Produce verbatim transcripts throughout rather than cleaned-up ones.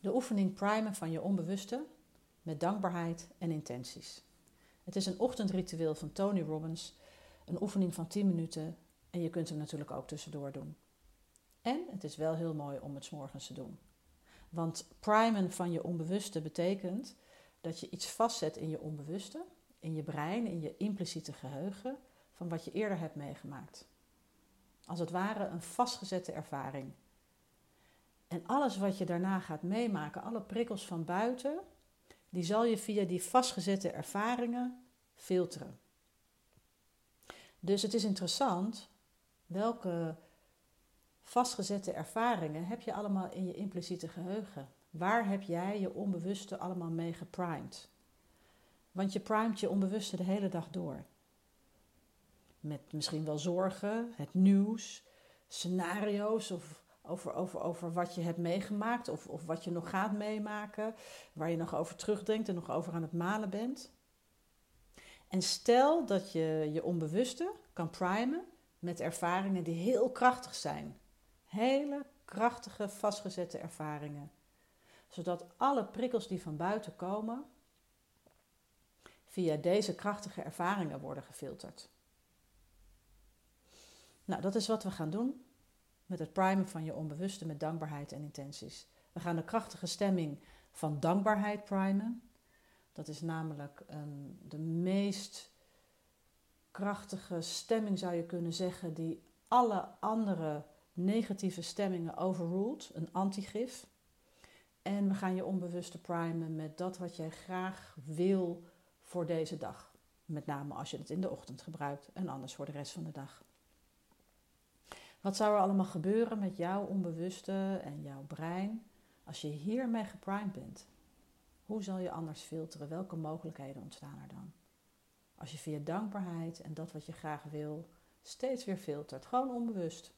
De oefening primen van je onbewuste met dankbaarheid en intenties. Het is een ochtendritueel van Tony Robbins, een oefening van tien minuten en je kunt hem natuurlijk ook tussendoor doen. En het is wel heel mooi om het 's morgens te doen. Want primen van je onbewuste betekent dat je iets vastzet in je onbewuste, in je brein, in je impliciete geheugen van wat je eerder hebt meegemaakt. Als het ware een vastgezette ervaring. En alles wat je daarna gaat meemaken, alle prikkels van buiten, die zal je via die vastgezette ervaringen filteren. Dus het is interessant, welke vastgezette ervaringen heb je allemaal in je impliciete geheugen? Waar heb jij je onbewuste allemaal mee geprimed? Want je primet je onbewuste de hele dag door. Met misschien wel zorgen, het nieuws, scenario's of over, over, over wat je hebt meegemaakt of, of wat je nog gaat meemaken, waar je nog over terugdenkt en nog over aan het malen bent. En stel dat je je onbewuste kan primen met ervaringen die heel krachtig zijn. Hele krachtige, vastgezette ervaringen. Zodat alle prikkels die van buiten komen, via deze krachtige ervaringen worden gefilterd. Nou, dat is wat we gaan doen met het primen van je onbewuste met dankbaarheid en intenties. We gaan de krachtige stemming van dankbaarheid primen. Dat is namelijk um, de meest krachtige stemming, zou je kunnen zeggen, die alle andere negatieve stemmingen overruled, een antigif. En we gaan je onbewuste primen met dat wat jij graag wil voor deze dag. Met name als je het in de ochtend gebruikt en anders voor de rest van de dag. Wat zou er allemaal gebeuren met jouw onbewuste en jouw brein als je hiermee geprimed bent? Hoe zal je anders filteren? Welke mogelijkheden ontstaan er dan? Als je via dankbaarheid en dat wat je graag wil steeds weer filtert. Gewoon onbewust.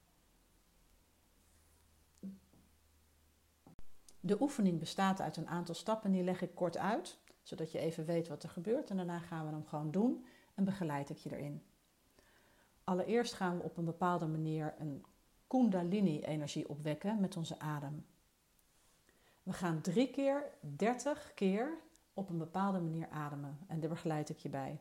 De oefening bestaat uit een aantal stappen, die leg ik kort uit, zodat je even weet wat er gebeurt. En daarna gaan we hem gewoon doen en begeleid ik je erin. Allereerst gaan we op een bepaalde manier een kundalini-energie opwekken met onze adem. We gaan drie keer, dertig keer op een bepaalde manier ademen. En daar begeleid ik je bij.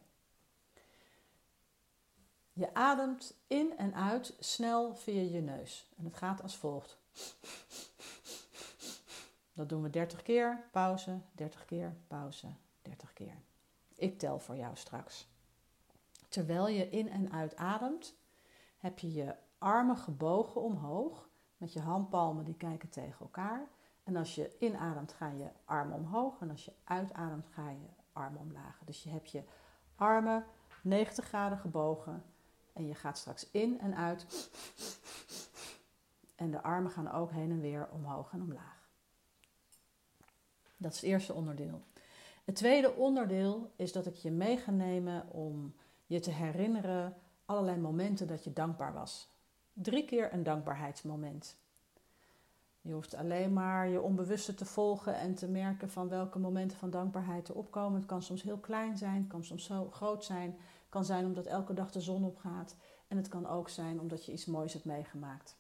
Je ademt in en uit snel via je neus. En het gaat als volgt. Dat doen we dertig keer, pauze, dertig keer, pauze, dertig keer. Ik tel voor jou straks. Terwijl je in en uit ademt, heb je je armen gebogen omhoog. Met je handpalmen die kijken tegen elkaar. En als je inademt ga je armen omhoog. En als je uitademt ga je armen omlaag. Dus je hebt je armen negentig graden gebogen. En je gaat straks in en uit. En de armen gaan ook heen en weer omhoog en omlaag. Dat is het eerste onderdeel. Het tweede onderdeel is dat ik je mee ga nemen om je te herinneren allerlei momenten dat je dankbaar was. Drie keer een dankbaarheidsmoment. Je hoeft alleen maar je onbewuste te volgen en te merken van welke momenten van dankbaarheid er opkomen. Het kan soms heel klein zijn, het kan soms zo groot zijn. Het kan zijn omdat elke dag de zon opgaat. En het kan ook zijn omdat je iets moois hebt meegemaakt.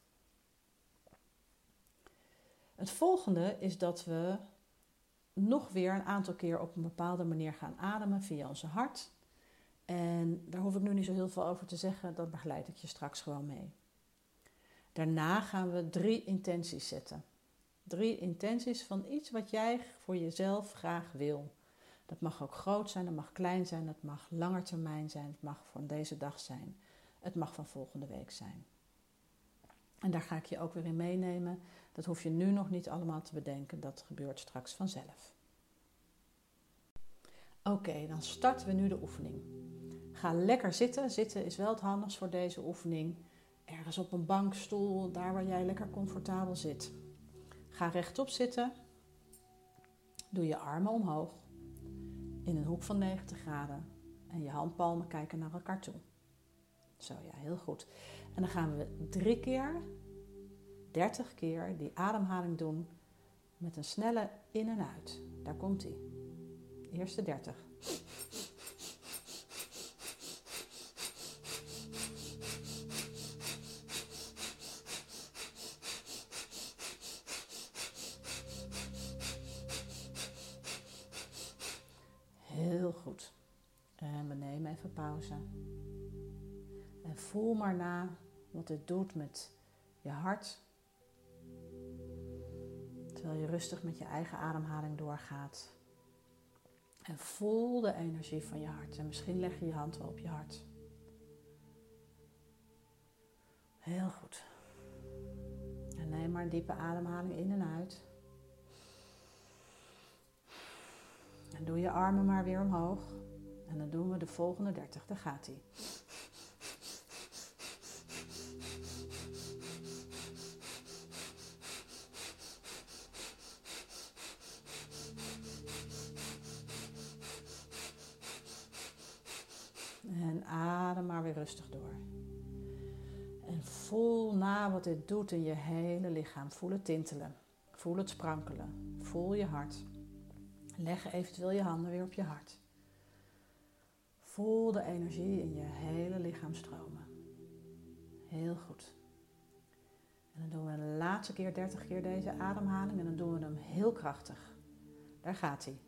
Het volgende is dat we nog weer een aantal keer op een bepaalde manier gaan ademen via onze hart. En daar hoef ik nu niet zo heel veel over te zeggen, dat begeleid ik je straks gewoon mee. Daarna gaan we drie intenties zetten. Drie intenties van iets wat jij voor jezelf graag wil. Dat mag ook groot zijn, dat mag klein zijn, dat mag langer termijn zijn, het mag van deze dag zijn. Het mag van volgende week zijn. En daar ga ik je ook weer in meenemen. Dat hoef je nu nog niet allemaal te bedenken, dat gebeurt straks vanzelf. Oké, okay, dan starten we nu de oefening. Ga lekker zitten. Zitten is wel het handigst voor deze oefening. Ergens op een bank, stoel, daar waar jij lekker comfortabel zit. Ga rechtop zitten. Doe je armen omhoog. In een hoek van negentig graden. En je handpalmen kijken naar elkaar toe. Zo, ja, heel goed. En dan gaan we drie keer, dertig keer die ademhaling doen met een snelle in en uit. Daar komt ie. Eerste dertig. neem even pauze. En voel maar na wat dit doet met je hart. Terwijl je rustig met je eigen ademhaling doorgaat. En voel de energie van je hart. En misschien leg je je hand wel op je hart. Heel goed. En neem maar een diepe ademhaling in en uit. En doe je armen maar weer omhoog. En dan doen we de volgende dertig. Daar gaat ie. En adem maar weer rustig door. En voel na wat dit doet in je hele lichaam. Voel het tintelen. Voel het sprankelen. Voel je hart. Leg eventueel je handen weer op je hart. Voel de energie in je hele lichaam stromen. Heel goed. En dan doen we de laatste keer dertig keer deze ademhaling. En dan doen we hem heel krachtig. Daar gaat hij.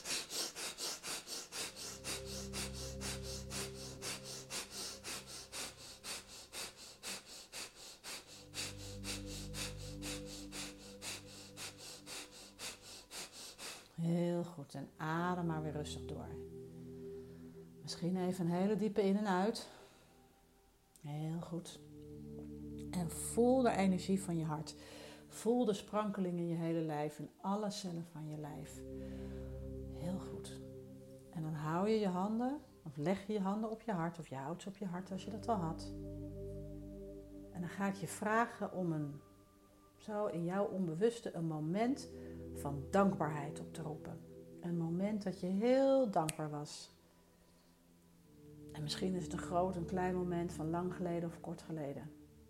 Heel goed. En adem maar weer rustig door. Misschien even een hele diepe in en uit. Heel goed. En voel de energie van je hart. Voel de sprankeling in je hele lijf, in alle cellen van je lijf. Heel goed. En dan hou je je handen, of leg je je handen op je hart, of je houdt ze op je hart als je dat al had. En dan ga ik je vragen om een, zo in jouw onbewuste, een moment van dankbaarheid op te roepen. Een moment dat je heel dankbaar was. En misschien is het een groot, een klein moment van lang geleden of kort geleden.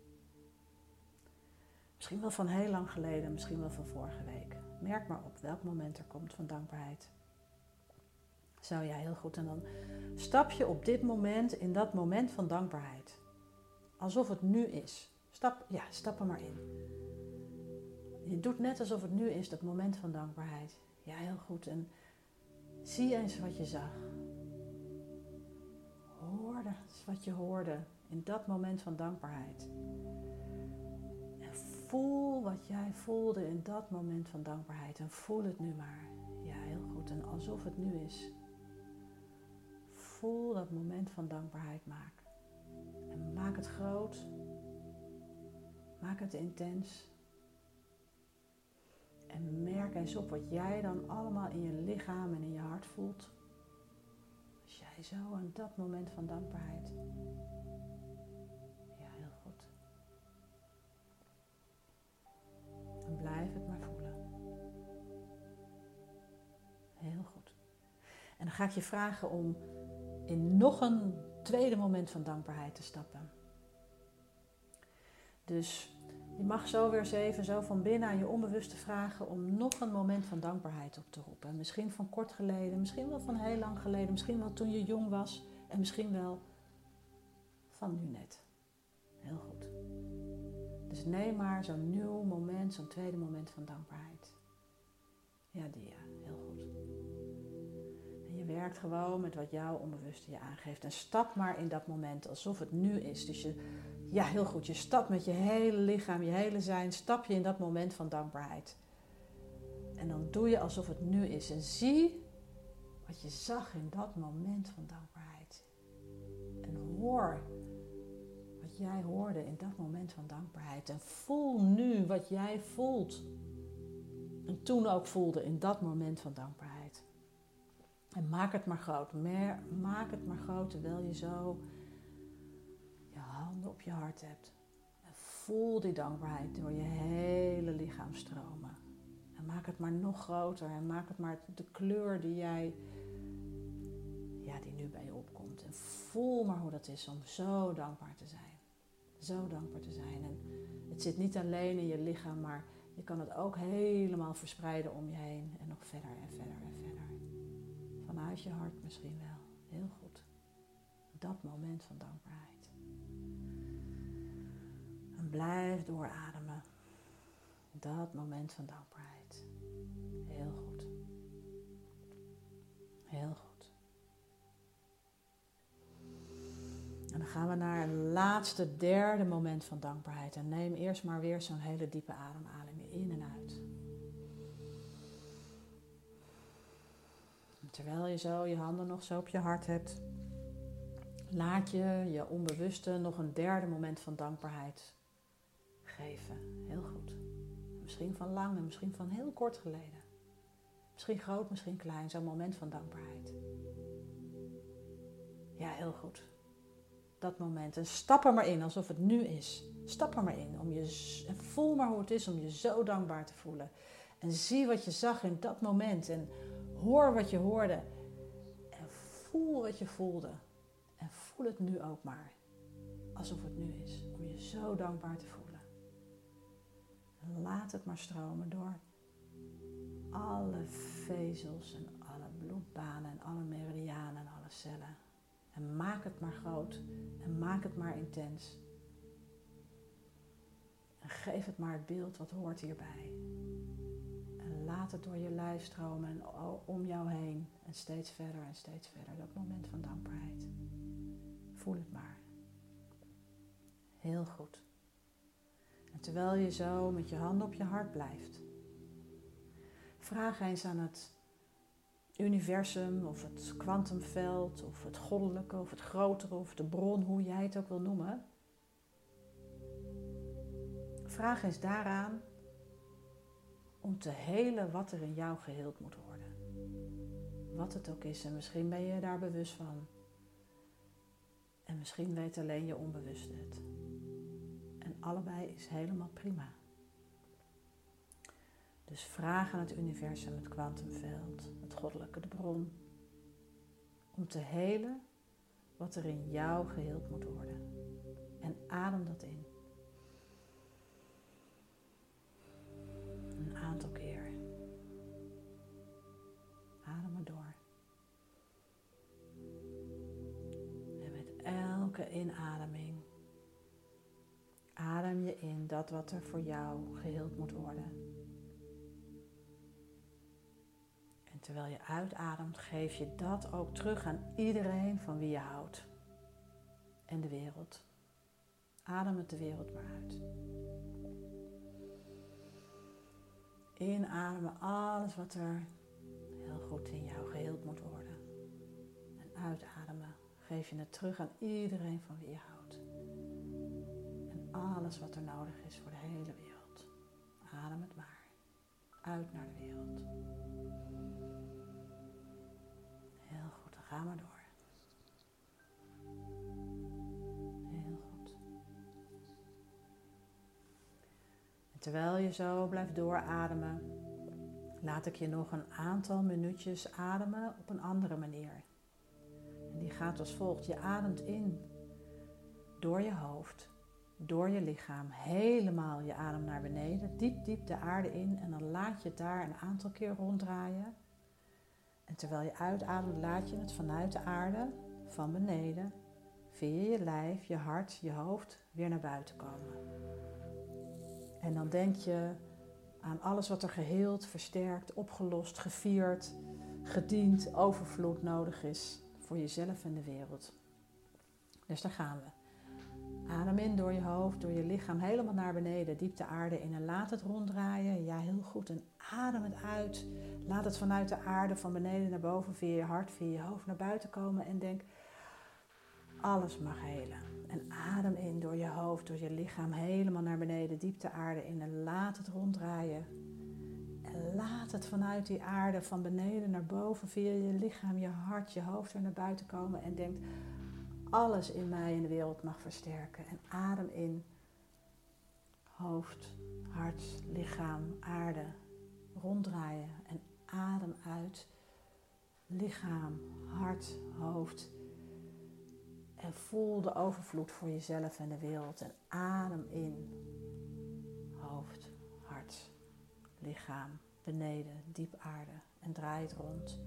Misschien wel van heel lang geleden, misschien wel van vorige week. Merk maar op welk moment er komt van dankbaarheid. Zo, ja, heel goed. En dan stap je op dit moment in dat moment van dankbaarheid. Alsof het nu is. Stap, ja, stap er maar in. Je doet net alsof het nu is, dat moment van dankbaarheid. Ja, heel goed. En zie eens wat je zag. Hoorde eens wat je hoorde in dat moment van dankbaarheid. En voel wat jij voelde in dat moment van dankbaarheid. En voel het nu maar. Ja, heel goed. En alsof het nu is. Voel dat moment van dankbaarheid maken. En maak het groot. Maak het intens. En merk eens op wat jij dan allemaal in je lichaam en in je hart voelt. Als jij zo aan dat moment van dankbaarheid. Ja, heel goed. En blijf het maar voelen. Heel goed. En dan ga ik je vragen om in nog een tweede moment van dankbaarheid te stappen. Dus je mag zo weer eens even zo van binnen aan je onbewuste vragen om nog een moment van dankbaarheid op te roepen. Misschien van kort geleden, misschien wel van heel lang geleden, misschien wel toen je jong was en misschien wel van nu net. Heel goed. Dus neem maar zo'n nieuw moment, zo'n tweede moment van dankbaarheid. Ja, die ja, heel goed. En je werkt gewoon met wat jouw onbewuste je aangeeft. En stap maar in dat moment alsof het nu is. Dus je, ja, heel goed. Je stapt met je hele lichaam, je hele zijn, stap je in dat moment van dankbaarheid. En dan doe je alsof het nu is. En zie wat je zag in dat moment van dankbaarheid. En hoor wat jij hoorde in dat moment van dankbaarheid. En voel nu wat jij voelt. En toen ook voelde in dat moment van dankbaarheid. En maak het maar groot. Maak het maar groot terwijl je zo je handen op je hart hebt. En voel die dankbaarheid door je hele lichaam stromen. En maak het maar nog groter. En maak het maar de kleur die jij, ja, die nu bij je opkomt. En voel maar hoe dat is om zo dankbaar te zijn. Zo dankbaar te zijn. En het zit niet alleen in je lichaam, maar je kan het ook helemaal verspreiden om je heen. En nog verder en verder en verder. Vanuit je hart misschien wel. Heel goed. Dat moment van dankbaarheid. En blijf doorademen. Dat moment van dankbaarheid. Heel goed. Heel goed. En dan gaan we naar het laatste, derde moment van dankbaarheid. En neem eerst maar weer zo'n hele diepe ademhaling in en uit. En terwijl je zo je handen nog zo op je hart hebt, laat je je onbewuste nog een derde moment van dankbaarheid geven. Heel goed. Misschien van lang en misschien van heel kort geleden. Misschien groot, misschien klein. Zo'n moment van dankbaarheid. Ja, heel goed. Dat moment. En stap er maar in alsof het nu is. Stap er maar in. Om je, en voel maar hoe het is om je zo dankbaar te voelen. En zie wat je zag in dat moment. En hoor wat je hoorde. En voel wat je voelde. En voel het nu ook maar. Alsof het nu is. Om je zo dankbaar te voelen. En laat het maar stromen door alle vezels en alle bloedbanen en alle meridianen en alle cellen. En maak het maar groot en maak het maar intens. En geef het maar het beeld wat hoort hierbij. En laat het door je lijf stromen en om jou heen. En steeds verder en steeds verder. Dat moment van dankbaarheid. Voel het maar. Heel goed. En terwijl je zo met je handen op je hart blijft. Vraag eens aan het universum of het kwantumveld of het goddelijke of het grotere of de bron, hoe jij het ook wil noemen. Vraag eens daaraan om te helen wat er in jou geheeld moet worden. Wat het ook is en misschien ben je daar bewust van. En misschien weet alleen je onbewuste het. En allebei is helemaal prima. Dus vraag aan het universum, het kwantumveld, het goddelijke, de bron, om te helen wat er in jou geheeld moet worden. En adem dat in. Een aantal keer. Adem maar door. En met elke inademing adem je in dat wat er voor jou geheeld moet worden. En terwijl je uitademt, geef je dat ook terug aan iedereen van wie je houdt. En de wereld. Adem het de wereld maar uit. Inademen alles wat er heel goed in jou geheeld moet worden. En uitademen geef je het terug aan iedereen van wie je houdt. En alles wat er nodig is voor de hele wereld. Adem het maar. Uit naar de wereld. Heel goed, dan ga maar door. Heel goed. En terwijl je zo blijft doorademen, laat ik je nog een aantal minuutjes ademen op een andere manier. En die gaat als volgt. Je ademt in door je hoofd, door je lichaam, helemaal je adem naar beneden, diep diep de aarde in en dan laat je het daar een aantal keer ronddraaien. En terwijl je uitademt, laat je het vanuit de aarde, van beneden, via je lijf, je hart, je hoofd, weer naar buiten komen. En dan denk je aan alles wat er geheeld, versterkt, opgelost, gevierd, gediend, overvloed nodig is voor jezelf en de wereld. Dus daar gaan we. Adem in door je hoofd, door je lichaam, helemaal naar beneden, diep de aarde in en laat het ronddraaien. Ja, heel goed. En adem het uit. Laat het vanuit de aarde van beneden naar boven, via je hart, via je hoofd naar buiten komen. En denk, alles mag helen. En adem in door je hoofd, door je lichaam, helemaal naar beneden, diep de aarde in. En laat het ronddraaien. En laat het vanuit die aarde van beneden naar boven, via je lichaam, je hart, je hoofd weer naar buiten komen. En denk, alles in mij en de wereld mag versterken. En adem in. Hoofd, hart, lichaam, aarde. Ronddraaien. En adem uit. Lichaam, hart, hoofd. En voel de overvloed voor jezelf en de wereld. En adem in. Hoofd, hart, lichaam, beneden, diep aarde. En draai het rond.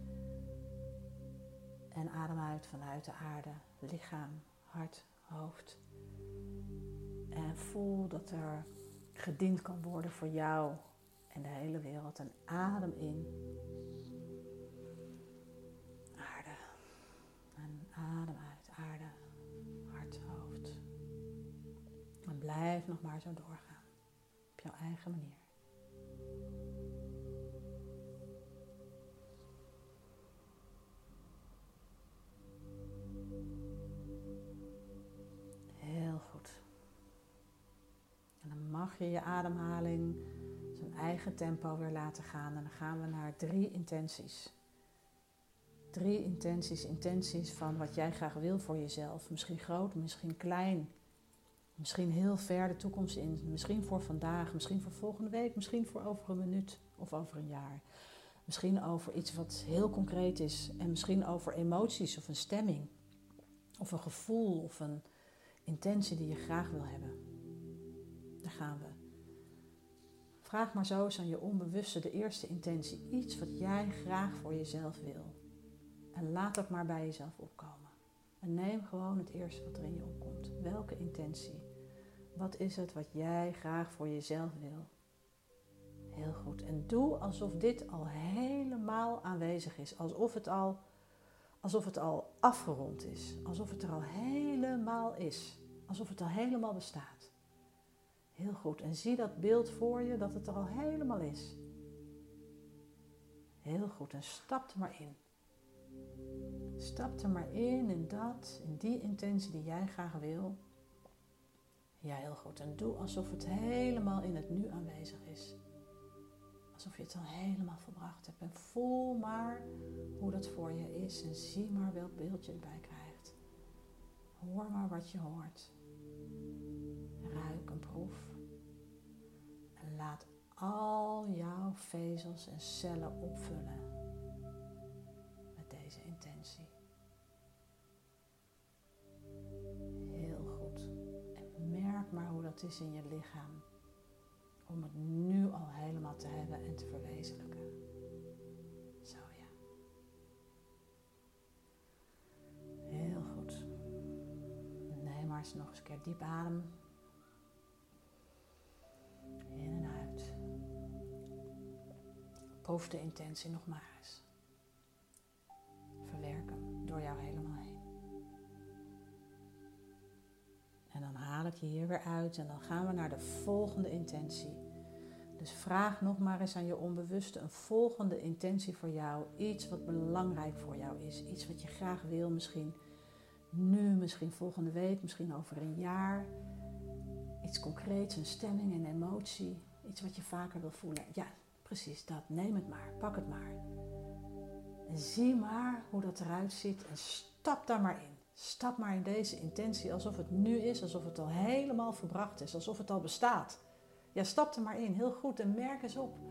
En adem uit vanuit de aarde. Lichaam, hart, hoofd. En voel dat er gediend kan worden voor jou en de hele wereld. En adem in. Aarde. En adem uit. Aarde, hart, blijf nog maar zo doorgaan. Op jouw eigen manier. Heel goed. En dan mag je je ademhaling zijn eigen tempo weer laten gaan. En dan gaan we naar drie intenties. Drie intenties, intenties van wat jij graag wil voor jezelf. Misschien groot, misschien klein. Misschien heel ver de toekomst in. Misschien voor vandaag, misschien voor volgende week. Misschien voor over een minuut of over een jaar. Misschien over iets wat heel concreet is. En misschien over emoties of een stemming. Of een gevoel of een intentie die je graag wil hebben. Daar gaan we. Vraag maar zo eens aan je onbewuste de eerste intentie. Iets wat jij graag voor jezelf wil. En laat dat maar bij jezelf opkomen. En neem gewoon het eerste wat er in je opkomt. Welke intentie? Wat is het wat jij graag voor jezelf wil? Heel goed. En doe alsof dit al helemaal aanwezig is. Alsof het al, alsof het al afgerond is. Alsof het er al helemaal is. Alsof het al helemaal bestaat. Heel goed. En zie dat beeld voor je dat het er al helemaal is. Heel goed. En stap er maar in. Stap er maar in, in dat, in die intentie die jij graag wil. Ja, heel goed. En doe alsof het helemaal in het nu aanwezig is. Alsof je het al helemaal volbracht hebt. En voel maar hoe dat voor je is. En zie maar welk beeld je erbij krijgt. Hoor maar wat je hoort. Ruik en proef. En laat al jouw vezels en cellen opvullen. Deze intentie. Heel goed. En merk maar hoe dat is in je lichaam. Om het nu al helemaal te hebben en te verwezenlijken. Zo ja. Heel goed. Neem maar eens nog eens een keer diep adem. In en uit. Proef de intentie nog maar eens. Verwerk hem door jou helemaal heen. En dan haal ik je hier weer uit en dan gaan we naar de volgende intentie. Dus vraag nog maar eens aan je onbewuste een volgende intentie voor jou. Iets wat belangrijk voor jou is. Iets wat je graag wil. Misschien nu, misschien volgende week, misschien over een jaar. Iets concreets, een stemming, een emotie. Iets wat je vaker wil voelen. Ja, precies dat. Neem het maar. Pak het maar. En zie maar hoe dat eruit ziet en stap daar maar in. Stap maar in deze intentie alsof het nu is, alsof het al helemaal verbracht is, alsof het al bestaat. Ja, stap er maar in, heel goed en merk eens op.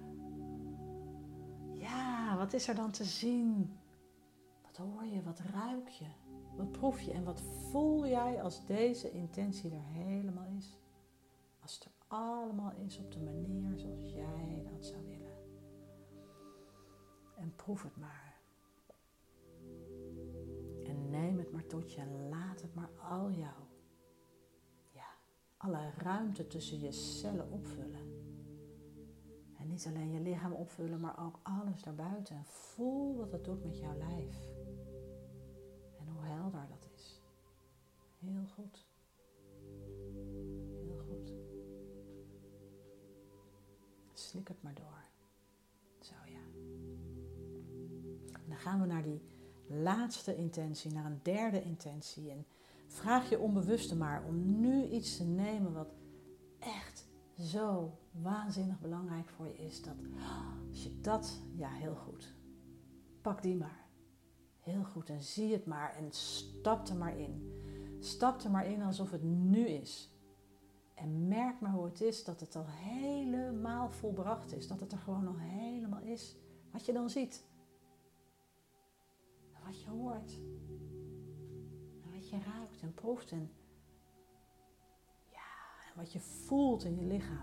Ja, wat is er dan te zien? Wat hoor je, wat ruik je, wat proef je en wat voel jij als deze intentie er helemaal is? Als het er allemaal is op de manier zoals jij dat zou willen. En proef het maar. En neem het maar tot je en laat het maar al jou, ja, alle ruimte tussen je cellen opvullen. En niet alleen je lichaam opvullen, maar ook alles daarbuiten. En voel wat het doet met jouw lijf. En hoe helder dat is. Heel goed. Heel goed. Slik het maar door. Zo ja. En dan gaan we naar die laatste intentie, naar een derde intentie. En vraag je onbewuste maar om nu iets te nemen wat echt zo waanzinnig belangrijk voor je is. Dat als je dat, ja heel goed. Pak die maar. Heel goed en zie het maar en stap er maar in. Stap er maar in alsof het nu is. En merk maar hoe het is dat het al helemaal volbracht is. Dat het er gewoon al helemaal is. Wat je dan ziet. Wat je hoort. En wat je ruikt en proeft. En, ja, en wat je voelt in je lichaam.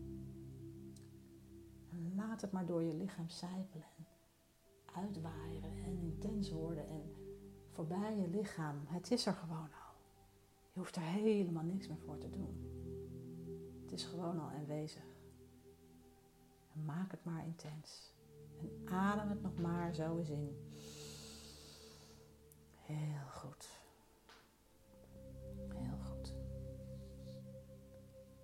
En laat het maar door je lichaam sijpelen. En uitwaaien en intens worden. En voorbij je lichaam. Het is er gewoon al. Je hoeft er helemaal niks meer voor te doen. Het is gewoon al aanwezig. En maak het maar intens. En adem het nog maar zo eens in. Heel goed. Heel goed.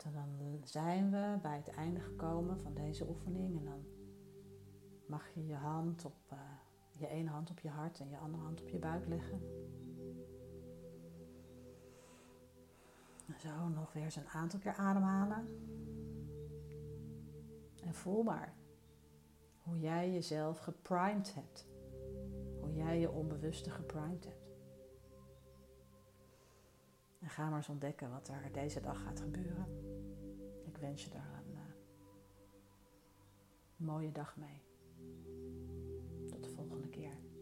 En dan zijn we bij het einde gekomen van deze oefening. En dan mag je je hand op, uh, je ene hand op je hart en je andere hand op je buik leggen. En zo nog weer eens een aantal keer ademhalen. En voel maar hoe jij jezelf geprimed hebt. Hoe jij je onbewuste geprimed hebt. En ga maar eens ontdekken wat er deze dag gaat gebeuren. Ik wens je daar een uh, mooie dag mee. Tot de volgende keer.